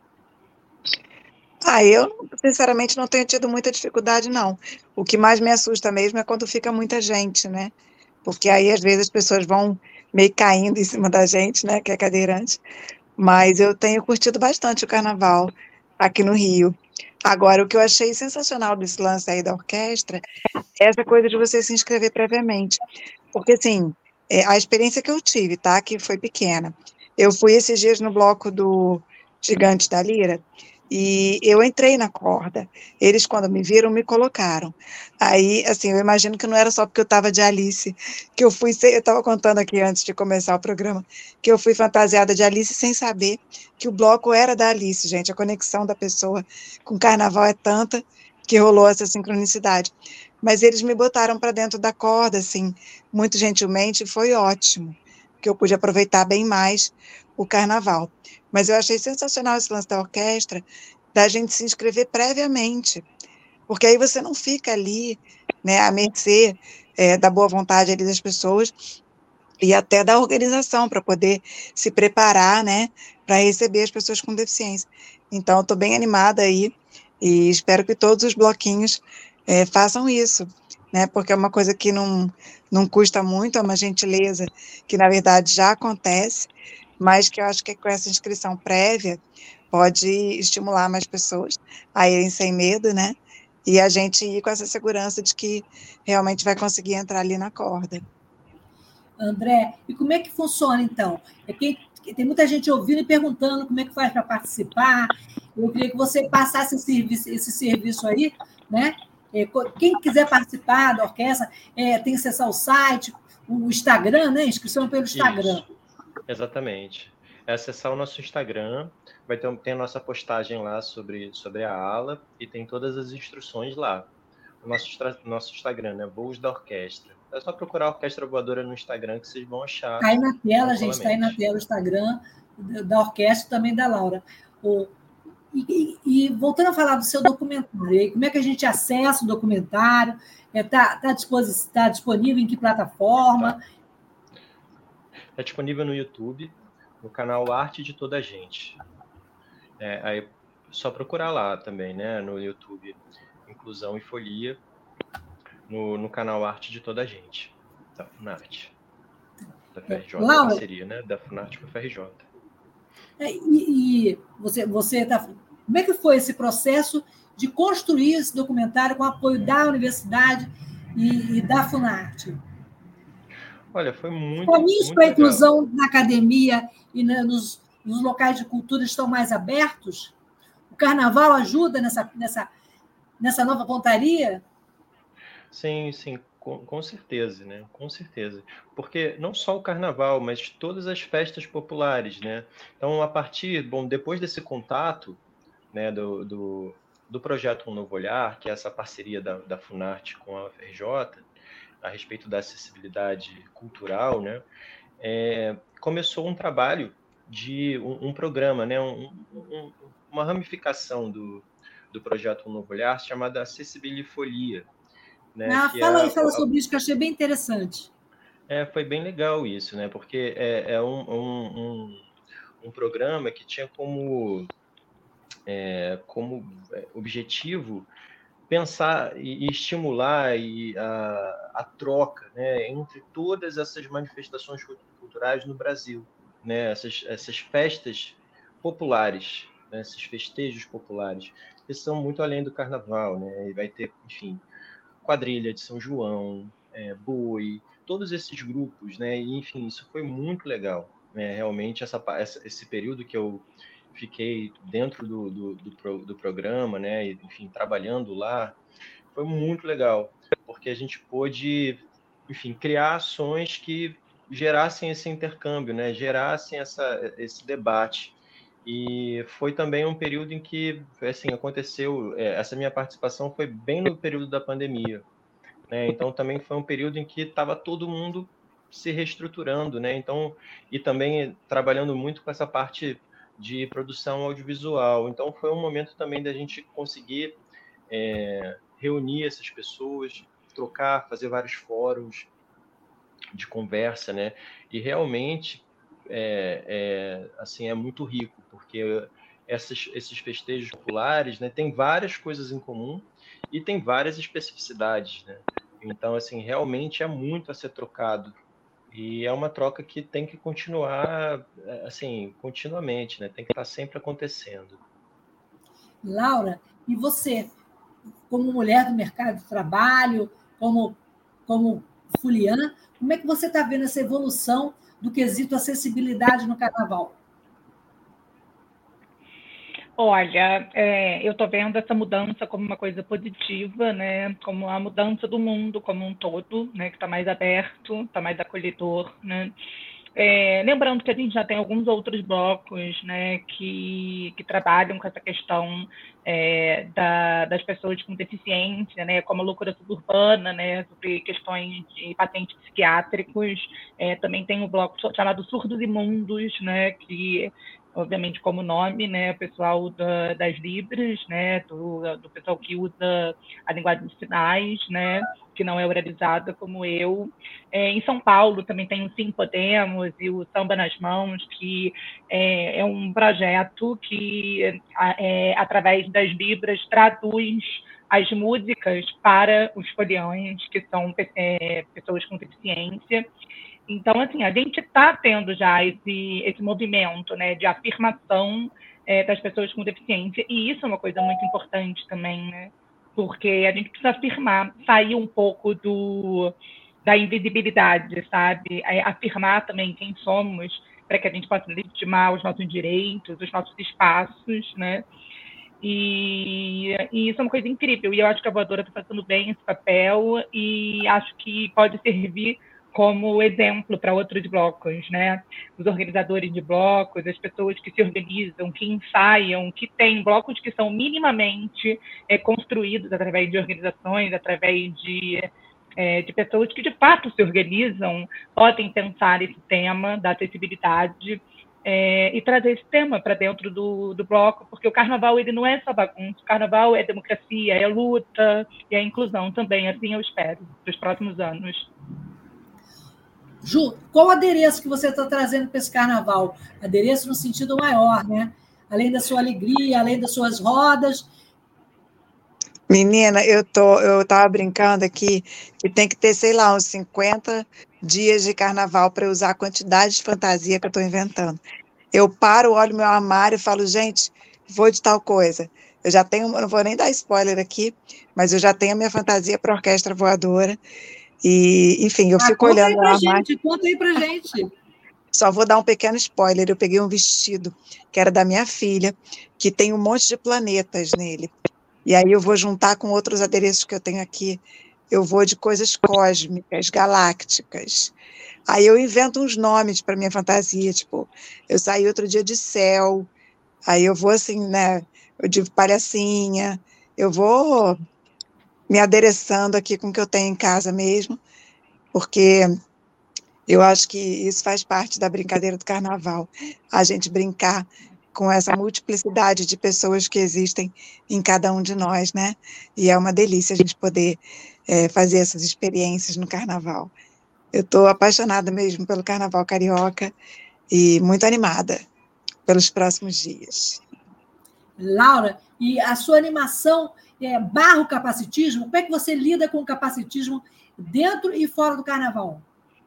Eu, sinceramente, não tenho tido muita dificuldade, não. O que mais me assusta mesmo é quando fica muita gente, né? Porque aí, às vezes, as pessoas vão meio caindo em cima da gente, né? Que é cadeirante. Mas eu tenho curtido bastante o carnaval aqui no Rio. Agora, o que eu achei sensacional desse lance aí da orquestra é essa coisa de você se inscrever previamente. Porque, assim, a experiência que eu tive, tá? Que foi pequena. Eu fui esses dias no bloco do Gigante da Lira e eu entrei na corda. Eles, quando me viram, me colocaram. Aí, assim, eu imagino que não era só porque eu estava de Alice, que eu estava contando aqui antes de começar o programa, que eu fui fantasiada de Alice sem saber que o bloco era da Alice, gente. A conexão da pessoa com o carnaval é tanta que rolou essa sincronicidade. Mas eles me botaram para dentro da corda, assim, muito gentilmente, e foi ótimo, que eu pude aproveitar bem mais o carnaval. Mas eu achei sensacional esse lance da orquestra, da gente se inscrever previamente, porque aí você não fica ali, né, à mercê da boa vontade ali das pessoas e até da organização para poder se preparar, né, para receber as pessoas com deficiência. Então, eu estou bem animada aí e espero que todos os bloquinhos façam isso, né, porque é uma coisa que não custa muito, é uma gentileza que, na verdade, já acontece, mas que eu acho que com essa inscrição prévia pode estimular mais pessoas a irem sem medo, né? E a gente ir com essa segurança de que realmente vai conseguir entrar ali na corda. André, e como é que funciona, então? Tem muita gente ouvindo e perguntando como é que faz para participar. Eu queria que você passasse esse serviço aí, né? Quem quiser participar da orquestra tem que acessar o site, o Instagram, né? Inscrição pelo Instagram. Isso. Exatamente. É acessar o nosso Instagram, tem a nossa postagem lá sobre a ala e tem todas as instruções lá. O nosso Instagram, né? Voos da Orquestra. É só procurar a Orquestra Voadora no Instagram que vocês vão achar. Está aí na tela, gente, está aí na tela o Instagram da orquestra e também da Laura. E voltando a falar do seu documentário, como é que a gente acessa o documentário? Está disponível em que plataforma? Está disponível no YouTube, no canal Arte de Toda a Gente. Aí só procurar lá também, né? No YouTube, Inclusão e Folia, no canal Arte de Toda a Gente, da Funarte, da FRJ, Laura, parceria, né? Da Funarte com a FRJ. E você tá... Como é que foi esse processo de construir esse documentário com o apoio da universidade e da Funarte? Olha, foi muito caminhos para a legal. inclusão na academia e nos locais de cultura estão mais abertos? O carnaval ajuda nessa nova pontaria? Sim, com certeza, né? Com certeza. Porque não só o carnaval, mas todas as festas populares, né? Então, depois desse contato, né, do projeto Um Novo Olhar, que é essa parceria da Funarte com a FRJ, a respeito da acessibilidade cultural, né? Começou um trabalho de um programa, né? Uma ramificação do projeto Um Novo Olhar, chamada Acessibilifolia. Né? Fala sobre isso, que eu achei bem interessante. Foi bem legal isso, né? Porque é um um programa que tinha como objetivo pensar e estimular a troca, né, entre todas essas manifestações culturais no Brasil, né, essas festas populares, né, esses festejos populares, que são muito além do carnaval, né, e vai ter, enfim, quadrilha de São João, boi, todos esses grupos, né, e, enfim, isso foi muito legal, né, realmente esse período que eu fiquei dentro do programa, né, e, enfim, trabalhando lá, foi muito legal, porque a gente pôde, enfim, criar ações que gerassem esse intercâmbio, né, gerassem esse debate. E foi também um período em que, assim, aconteceu, essa minha participação foi bem no período da pandemia, né, então também foi um período em que estava todo mundo se reestruturando, né, então, e também trabalhando muito com essa parte de produção audiovisual. Então foi um momento também da gente conseguir reunir essas pessoas, trocar, fazer vários fóruns de conversa, né? E realmente assim, é muito rico, porque esses festejos populares, né, tem várias coisas em comum e tem várias especificidades, né? Então, assim, realmente é muito a ser trocado. E é uma troca que tem que continuar, assim, continuamente, né? Tem que estar sempre acontecendo. Laura, e você, como mulher do mercado de trabalho, como fuliã, como é que você está vendo essa evolução do quesito acessibilidade no carnaval? Olha, eu estou vendo essa mudança como uma coisa positiva, né? Como a mudança do mundo como um todo, né? Que está mais aberto, está mais acolhedor, né? Lembrando que a gente já tem alguns outros blocos, né, que trabalham com essa questão das pessoas com deficiência, né, como a loucura suburbana, né, sobre questões de pacientes psiquiátricos. Também tem um bloco chamado Surdos e Mundos, né, que, obviamente, como nome, né, o pessoal das Libras, né, do pessoal que usa a linguagem de sinais, né, que não é oralizada como eu. Em São Paulo também tem o Sim Podemos e o Samba nas Mãos, que é um projeto que, através das Libras, traduz as músicas para os foliões, que são pessoas com deficiência. Então, assim, a gente está tendo já esse movimento, né, de afirmação das pessoas com deficiência, e isso é uma coisa muito importante também, né? Porque a gente precisa afirmar, sair um pouco da invisibilidade, sabe? Afirmar também quem somos, para que a gente possa legitimar os nossos direitos, os nossos espaços, né? E isso é uma coisa incrível, e eu acho que a Voadora está fazendo bem esse papel, e acho que pode servir como exemplo para outros blocos, né? Os organizadores de blocos, as pessoas que se organizam, que ensaiam, que têm blocos que são minimamente construídos através de organizações, através de pessoas que de fato se organizam, podem pensar esse tema da acessibilidade e trazer esse tema para dentro do bloco, porque o carnaval ele não é só bagunça, o carnaval é democracia, é luta e é inclusão também, assim eu espero, para os próximos anos. Ju, qual adereço que você está trazendo para esse carnaval? Adereço no sentido maior, né? Além da sua alegria, além das suas rodas. Menina, eu estava brincando aqui que tem que ter, sei lá, uns 50 dias de carnaval para usar a quantidade de fantasia que eu estou inventando. Eu paro, olho meu armário e falo, gente, vou de tal coisa. Eu já tenho, não vou nem dar spoiler aqui, mas eu já tenho a minha fantasia para a Orquestra Voadora. E, enfim, eu fico olhando lá. Conta aí pra gente. Só vou dar um pequeno spoiler. Eu peguei um vestido que era da minha filha, que tem um monte de planetas nele. E aí eu vou juntar com outros adereços que eu tenho aqui. Eu vou de coisas cósmicas, galácticas. Aí eu invento uns nomes para minha fantasia, tipo, eu saí outro dia de céu, aí eu vou assim, né, de palhacinha, eu vou me adereçando aqui com o que eu tenho em casa mesmo, porque eu acho que isso faz parte da brincadeira do carnaval, a gente brincar com essa multiplicidade de pessoas que existem em cada um de nós, né? E é uma delícia a gente poder fazer essas experiências no carnaval. Eu estou apaixonada mesmo pelo carnaval carioca e muito animada. pelos próximos dias. Laura, e a sua animação barra o capacitismo, como é que você lida com o capacitismo dentro e fora do carnaval?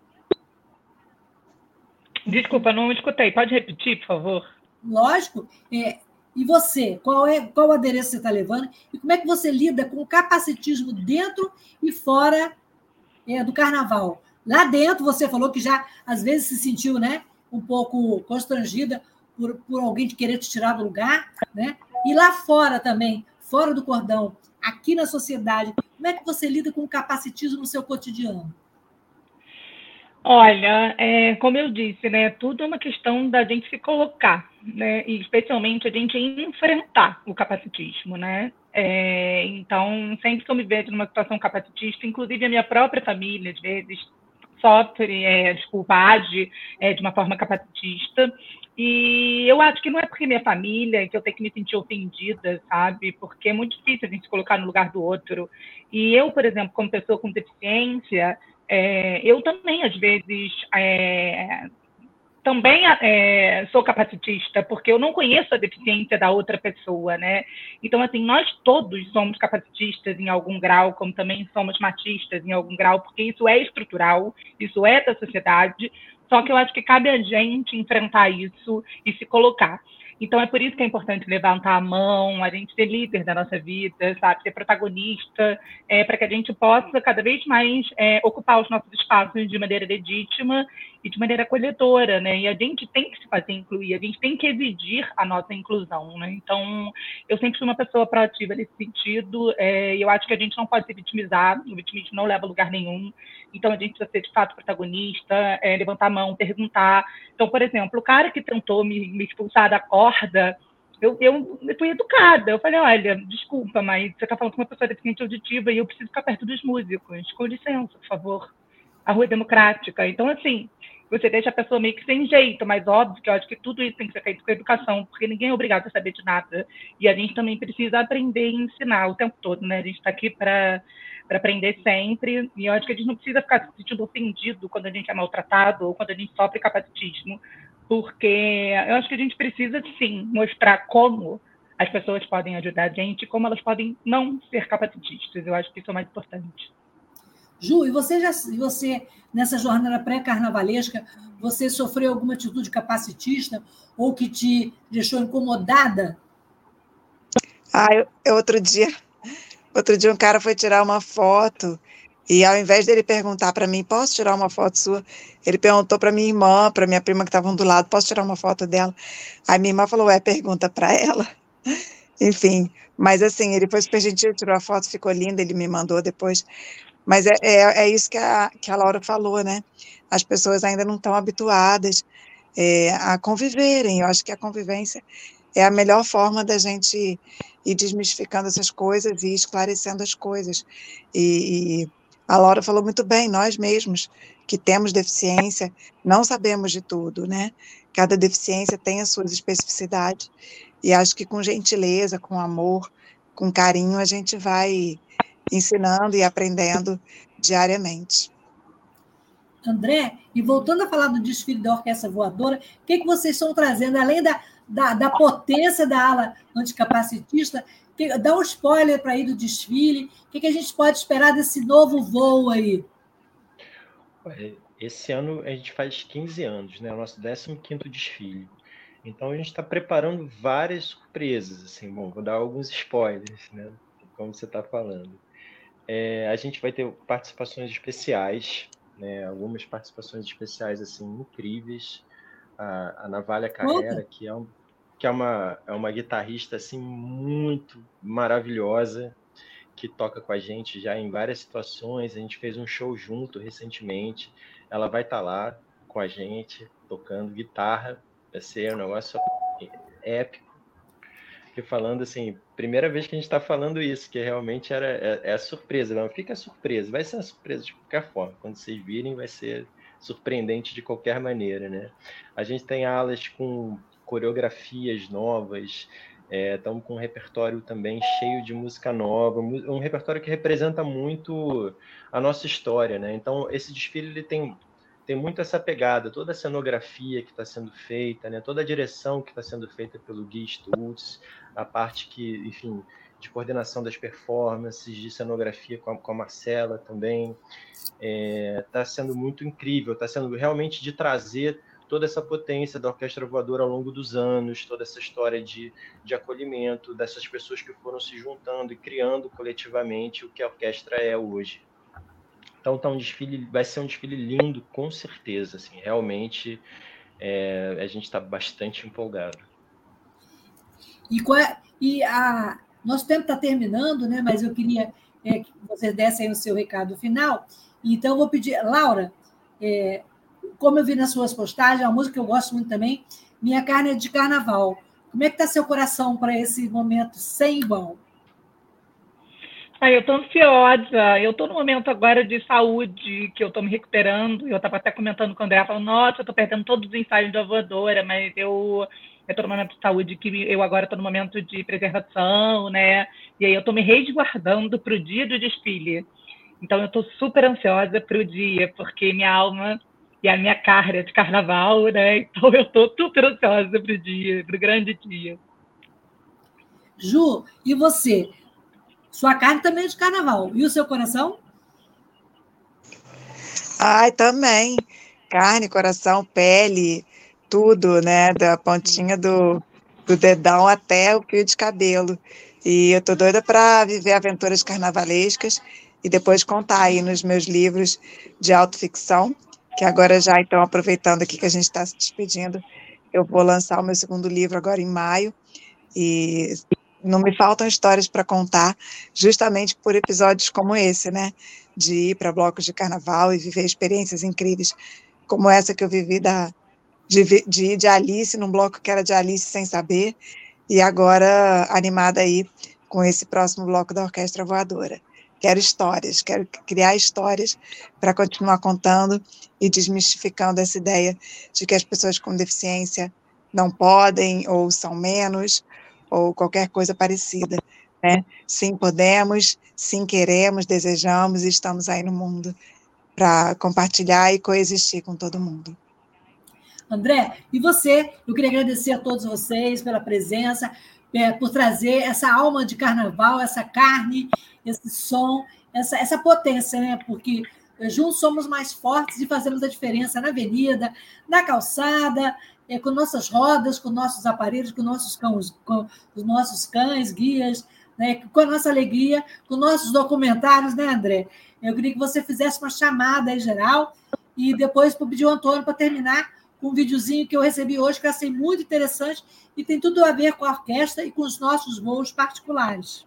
Desculpa, não escutei. Pode repetir, por favor? Lógico. E você, qual adereço você está levando? E como é que você lida com o capacitismo dentro e fora do carnaval? Lá dentro, você falou que já, às vezes, se sentiu, né, um pouco constrangida por alguém de querer te tirar do lugar, né? E lá fora também, fora do cordão, aqui na sociedade, como é que você lida com o capacitismo no seu cotidiano? Olha, como eu disse, né, tudo é uma questão da gente se colocar, né, e especialmente a gente enfrentar o capacitismo, né? Então, sempre que eu me vejo numa situação capacitista, inclusive a minha própria família, às vezes, sofre, age de uma forma capacitista, e eu acho que não é porque minha família que eu tenho que me sentir ofendida, sabe? Porque é muito difícil a gente se colocar no lugar do outro. E eu, por exemplo, como pessoa com deficiência, eu também, às vezes, também sou capacitista, porque eu não conheço a deficiência da outra pessoa, né? Então, assim, nós todos somos capacitistas em algum grau, como também somos machistas em algum grau, porque isso é estrutural, isso é da sociedade, só que eu acho que cabe a gente enfrentar isso e se colocar. Então, é por isso que é importante levantar a mão, a gente ser líder da nossa vida, sabe? Ser protagonista, para que a gente possa cada vez mais ocupar os nossos espaços de maneira legítima e de maneira acolhedora, né? E a gente tem que se fazer incluir, a gente tem que exigir a nossa inclusão, né? Então, eu sempre fui uma pessoa proativa nesse sentido, e eu acho que a gente não pode se vitimizar, o vitimismo não leva a lugar nenhum. Então, a gente precisa ser, de fato, protagonista, levantar a mão, perguntar. Então, por exemplo, o cara que tentou me expulsar da corda, eu fui educada. Eu falei, olha, desculpa, mas você está falando com uma pessoa deficiente auditiva e eu preciso ficar perto dos músicos. Com licença, por favor. A rua é democrática. Então, assim, você deixa a pessoa meio que sem jeito, mas óbvio que eu acho que tudo isso tem que ser feito com educação, porque ninguém é obrigado a saber de nada. E a gente também precisa aprender e ensinar o tempo todo, né? A gente está aqui para aprender sempre, e eu acho que a gente não precisa ficar se sentindo ofendido quando a gente é maltratado ou quando a gente sofre capacitismo, porque eu acho que a gente precisa, sim, mostrar como as pessoas podem ajudar a gente e como elas podem não ser capacitistas. Eu acho que isso é o mais importante. Ju, e você nessa jornada pré-carnavalesca, você sofreu alguma atitude capacitista ou que te deixou incomodada? Outro dia um cara foi tirar uma foto e ao invés dele perguntar para mim, posso tirar uma foto sua? Ele perguntou para minha irmã, para minha prima que estavam do lado, posso tirar uma foto dela? Aí minha irmã falou, pergunta para ela. Enfim, mas assim, ele foi super gentil, tirou a foto, ficou linda, ele me mandou depois. Mas é isso que a Laura falou, né? As pessoas ainda não estão habituadas a conviverem. Eu acho que a convivência é a melhor forma da gente ir desmistificando essas coisas e esclarecendo as coisas. E a Laura falou muito bem, nós mesmos que temos deficiência, não sabemos de tudo, né? Cada deficiência tem as suas especificidades. E acho que com gentileza, com amor, com carinho, a gente vai ensinando e aprendendo diariamente. André, e voltando a falar do desfile da Orquestra Voadora, o que vocês estão trazendo, além da potência da ala anticapacitista, dá um spoiler para ir do desfile, o que a gente pode esperar desse novo voo aí? Esse ano a gente faz 15 anos, né? O nosso 15º desfile. Então a gente está preparando várias surpresas, assim, bom, vou dar alguns spoilers, né? Como você está falando. A gente vai ter participações especiais, né? Algumas participações especiais assim incríveis. A Navalha Carrera, que é uma guitarrista assim muito maravilhosa, que toca com a gente já em várias situações. A gente fez um show junto recentemente. Ela vai estar lá com a gente tocando guitarra. Vai ser um negócio épico. E falando assim, primeira vez que a gente está falando isso, que realmente é a surpresa, não fica surpresa, vai ser uma surpresa de qualquer forma, quando vocês virem vai ser surpreendente de qualquer maneira, né? A gente tem alas com coreografias novas, estamos com um repertório também cheio de música nova, um repertório que representa muito a nossa história, né? Então esse desfile ele tem tem muito essa pegada, toda a cenografia que está sendo feita, né? Toda a direção que está sendo feita pelo Gui Stutz, a parte que, enfim, de coordenação das performances, de cenografia com a Marcela também, está sendo muito incrível, está sendo realmente de trazer toda essa potência da Orquestra Voadora ao longo dos anos, toda essa história de acolhimento dessas pessoas que foram se juntando e criando coletivamente o que a orquestra é hoje. Então vai ser um desfile lindo, com certeza. Assim, realmente, a gente está bastante empolgado. Nosso tempo está terminando, né? Mas eu queria que vocês dessem aí o seu recado final. Então, eu vou pedir... Laura, como eu vi nas suas postagens, é uma música que eu gosto muito também, Minha Carne é de Carnaval. Como é que está seu coração para esse momento sem igual? Eu estou ansiosa. Eu estou no momento agora de saúde, que eu estou me recuperando. Eu estava até comentando com o André, falando, nossa, eu estou perdendo todos os ensaios da voadora, mas eu estou no momento de saúde, que eu agora estou no momento de preservação, né? E aí eu estou me resguardando para o dia do desfile. Então eu estou super ansiosa para o dia, porque minha alma e a minha carne é de carnaval, né? Então eu estou super ansiosa para o dia, para o grande dia. Ju, e você? Sua carne também é de carnaval. E o seu coração? Ai, também. Carne, coração, pele, tudo, né? Da pontinha do dedão até o fio de cabelo. E eu tô doida para viver aventuras carnavalescas e depois contar aí nos meus livros de autoficção, que agora já, então, aproveitando aqui que a gente está se despedindo, eu vou lançar o meu segundo livro agora em maio. E não me faltam histórias para contar, justamente por episódios como esse, né? De ir para blocos de carnaval e viver experiências incríveis, como essa que eu vivi de ir de Alice, num bloco que era de Alice sem saber, e agora animada aí com esse próximo bloco da Orquestra Voadora. Quero histórias, quero criar histórias para continuar contando e desmistificando essa ideia de que as pessoas com deficiência não podem, ou são menos, ou qualquer coisa parecida, né? Sim, podemos, sim, queremos, desejamos e estamos aí no mundo para compartilhar e coexistir com todo mundo. André, e você? Eu queria agradecer a todos vocês pela presença, por trazer essa alma de carnaval, essa carne, esse som, essa potência, né? Porque juntos somos mais fortes e fazemos a diferença na avenida, na calçada, com nossas rodas, com nossos aparelhos, com os nossos cães, guias, né? Com a nossa alegria, com nossos documentários, né, André? Eu queria que você fizesse uma chamada em geral e depois pedir o Antônio para terminar com um videozinho que eu recebi hoje, que eu achei muito interessante e tem tudo a ver com a orquestra e com os nossos voos particulares.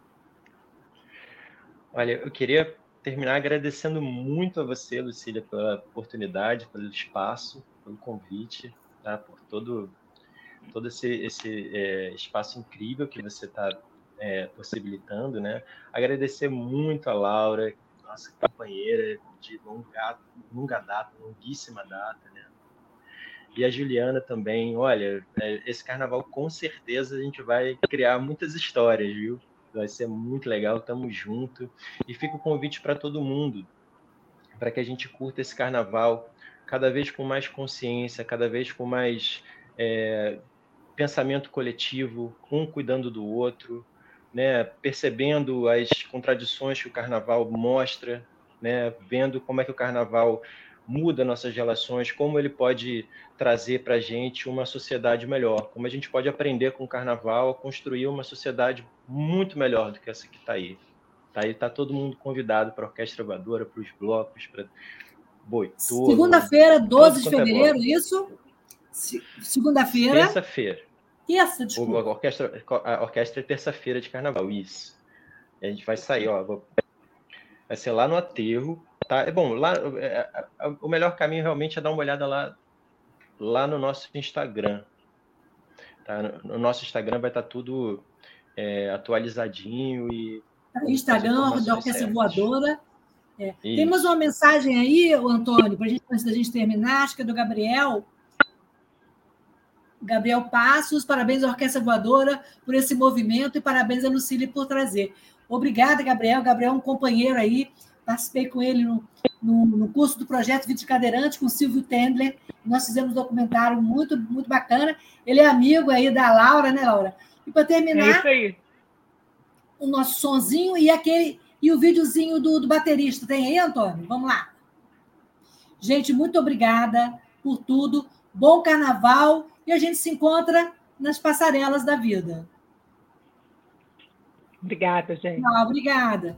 Olha, eu queria terminar agradecendo muito a você, Lucília, pela oportunidade, pelo espaço, pelo convite, tá? Por todo esse espaço incrível que você está possibilitando, né? Agradecer muito a Laura, nossa companheira de longuíssima data, né? E a Juliana também. Olha, esse carnaval com certeza a gente vai criar muitas histórias, viu? Vai ser muito legal, estamos juntos. E fica o convite para todo mundo, para que a gente curta esse carnaval cada vez com mais consciência, cada vez com mais pensamento coletivo, um cuidando do outro, né? Percebendo as contradições que o carnaval mostra, né? Vendo como é que o carnaval muda nossas relações, como ele pode trazer para a gente uma sociedade melhor, como a gente pode aprender com o carnaval a construir uma sociedade muito melhor do que essa que está aí. Está todo mundo convidado para a Orquestra Voadora, para os blocos, para Boitor. Segunda-feira, 12 de fevereiro, isso? Segunda-feira. Terça-feira. Terça, desculpa. A orquestra é terça-feira de carnaval, isso. E a gente vai sair, vai ser lá no aterro. Tá? Bom, lá, o melhor caminho realmente é dar uma olhada lá no nosso Instagram. Tá? No nosso Instagram vai estar tudo atualizadinho. Instagram da Orquestra Voadora. Temos uma mensagem aí, Antônio, antes da gente terminar, acho que é do Gabriel. Gabriel Passos, parabéns à Orquestra Voadora por esse movimento e parabéns a Lucília por trazer. Obrigada, Gabriel. Gabriel é um companheiro aí. Participei com ele no curso do Projeto Vida de Cadeirante com o Silvio Tendler. Nós fizemos um documentário muito, muito bacana. Ele é amigo aí da Laura, né, Laura? E para terminar, é isso aí. O nosso sonzinho e o videozinho do baterista. Tem aí, Antônio? Vamos lá. Gente, muito obrigada por tudo. Bom carnaval e a gente se encontra nas passarelas da vida. Obrigada, gente. Obrigada.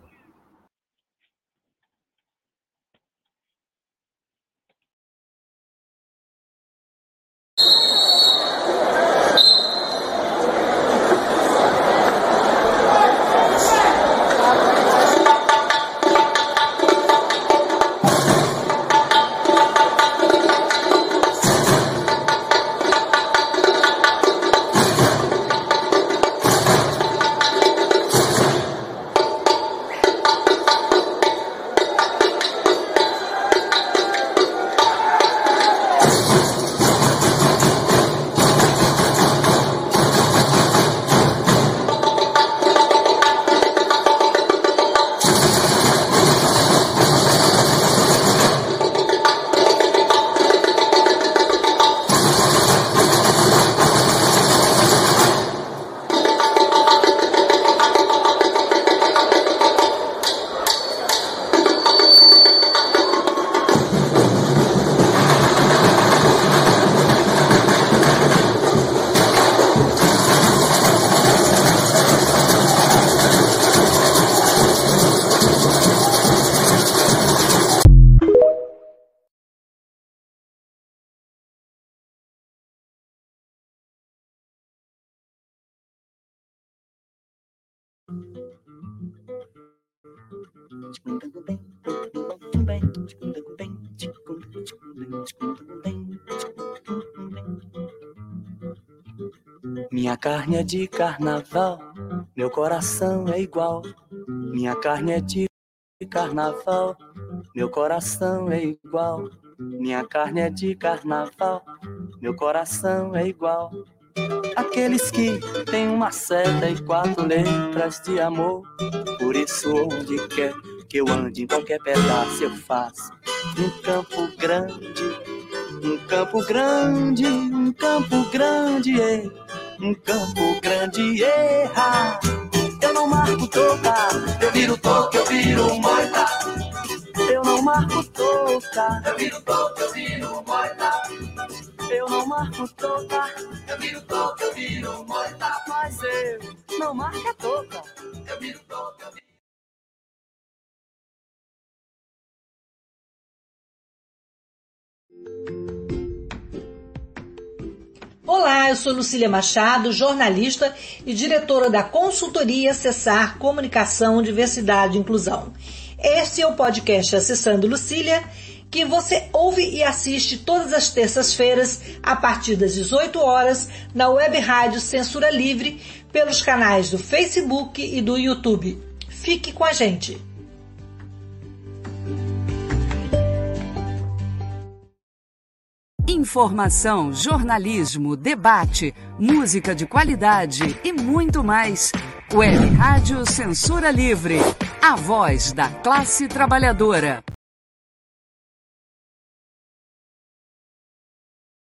Minha carne é de carnaval, meu coração é igual. Minha carne é de carnaval, meu coração é igual. Minha carne é de carnaval, meu coração é igual. Aqueles que têm uma seta e 4 letras de amor. Por isso onde quer que eu ande, em qualquer pedaço eu faço um campo grande, um campo grande, um campo grande, um campo grande, erra. Eu não marco toca, eu viro toca, eu viro moita. Eu não marco toca, eu viro toca, eu viro moita. Eu não marco toca, eu viro toca, eu viro moita. Mas eu não marco a toca, eu viro toca, eu viro. Olá, eu sou Lucília Machado, jornalista e diretora da consultoria Acessar Comunicação, Diversidade e Inclusão. Este é o podcast Acessando Lucília, que você ouve e assiste todas as terças-feiras, a partir das 18 horas, na Web Rádio Censura Livre, pelos canais do Facebook e do YouTube. Fique com a gente! Informação, jornalismo, debate, música de qualidade e muito mais. Web Rádio Censura Livre, a voz da classe trabalhadora.